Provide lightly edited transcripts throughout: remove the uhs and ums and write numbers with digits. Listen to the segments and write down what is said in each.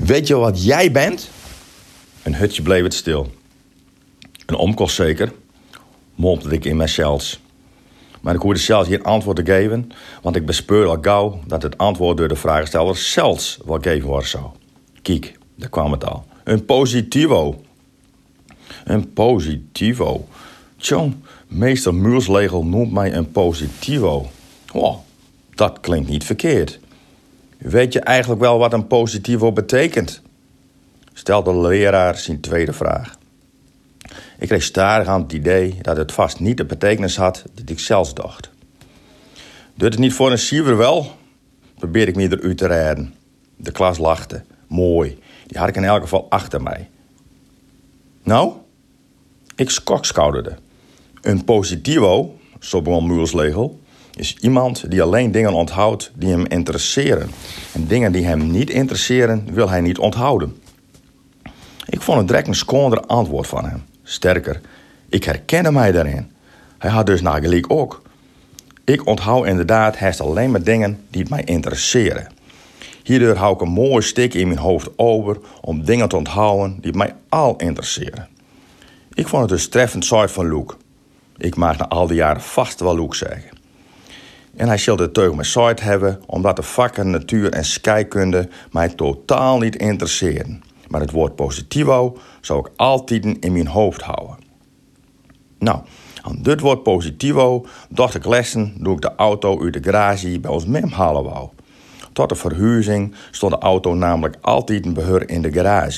Weet je wat jij bent? Een hutje bleef het stil. Een omkost zeker, mompelde ik in mijzelf. Maar ik hoorde zelfs geen antwoord te geven, want ik bespeurde al gauw dat het antwoord door de vraagsteller zelfs wel gegeven worden zou. Kijk, daar kwam het al. Een positivo. Een positivo. Tjong, meester Muulslegel noemt mij een positivo. Oh, dat klinkt niet verkeerd. Weet je eigenlijk wel wat een positivo betekent? Stelde de leraar zijn tweede vraag. Ik kreeg starig aan het idee dat het vast niet de betekenis had dat ik zelfs dacht. Doet het niet voor een siever wel? Probeerde ik me eruit te redden. De klas lachte. Mooi, die had ik in elk geval achter mij. Nou? Ik skokschouderde. Een positivo, zo begon Muulslegel, is iemand die alleen dingen onthoudt die hem interesseren. En dingen die hem niet interesseren, wil hij niet onthouden. Ik vond het direct een schooner antwoord van hem. Sterker, ik herkende mij daarin. Hij had dus nagelijk ook. Ik onthoud inderdaad haast alleen maar dingen die mij interesseren. Hierdoor hou ik een mooi stuk in mijn hoofd over om dingen te onthouden die mij al interesseren. Ik vond het dus treffend soort van Loek. Ik mag na al die jaren vast wel Loek zeggen. En hij zal het tegen mijn soort hebben omdat de vakken natuur en scheikunde mij totaal niet interesseren. Maar het woord positivo zou ik altijd in mijn hoofd houden. Nou, aan dit woord positivo dacht ik lessen toen ik de auto uit de garage bij ons mem halen wou. Tot de verhuizing stond de auto namelijk altijd een beheer in de garage.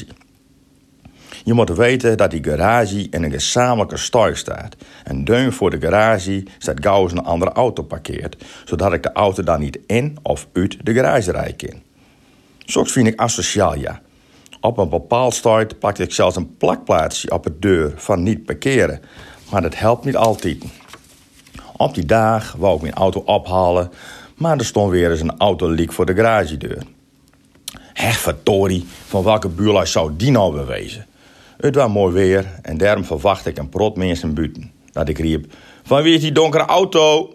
Je moet weten dat die garage in een gezamenlijke stal staat. En deun voor de garage staat gauw eens een andere auto parkeerd, zodat ik de auto dan niet in of uit de garage rijden kan. Soms vind ik asociaal, ja. Op een bepaald start plakte ik zelfs een plakplaatsje op de deur van niet parkeren. Maar dat helpt niet altijd. Op die dag wou ik mijn auto ophalen, maar er stond weer eens een autoliek voor de garagedeur. Verdorie, van welke buurlui zou die nou weer wezen? Het was mooi weer en daarom verwachtte ik een prot mensen buiten. Dat ik riep, van wie is die donkere auto?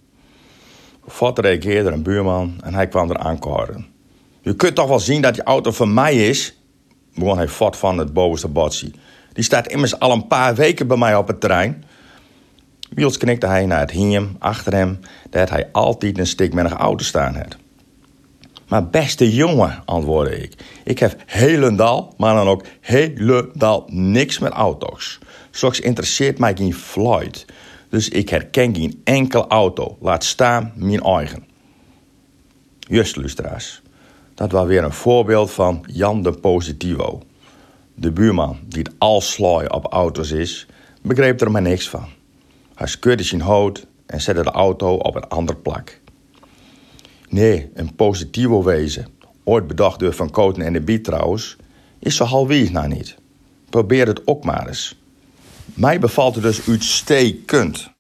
Vat reageerde een buurman en hij kwam er aankoren. Je kunt toch wel zien dat die auto van mij is? Begon hij vat van het bovenste botsie. Die staat immers al een paar weken bij mij op het terrein. Wiels knikte hij naar het hiem achter hem dat hij altijd een stuk met een auto staan had. Maar beste jongen, antwoordde ik. Ik heb helemaal, maar dan ook helemaal niks met auto's. Zoals interesseert mij geen fluit. Dus ik herken geen enkele auto. Laat staan mijn eigen. Just, luisteraars. Dat was weer een voorbeeld van Jan de Positivo. De buurman, die het al slooi op auto's is, begreep er maar niks van. Hij schudde zijn hoofd en zette de auto op een ander plak. Nee, een positivo wezen, ooit bedacht door Van Koten en de Biet trouwens, is zo halwies nou niet. Probeer het ook maar eens. Mij bevalt het dus uitstekend.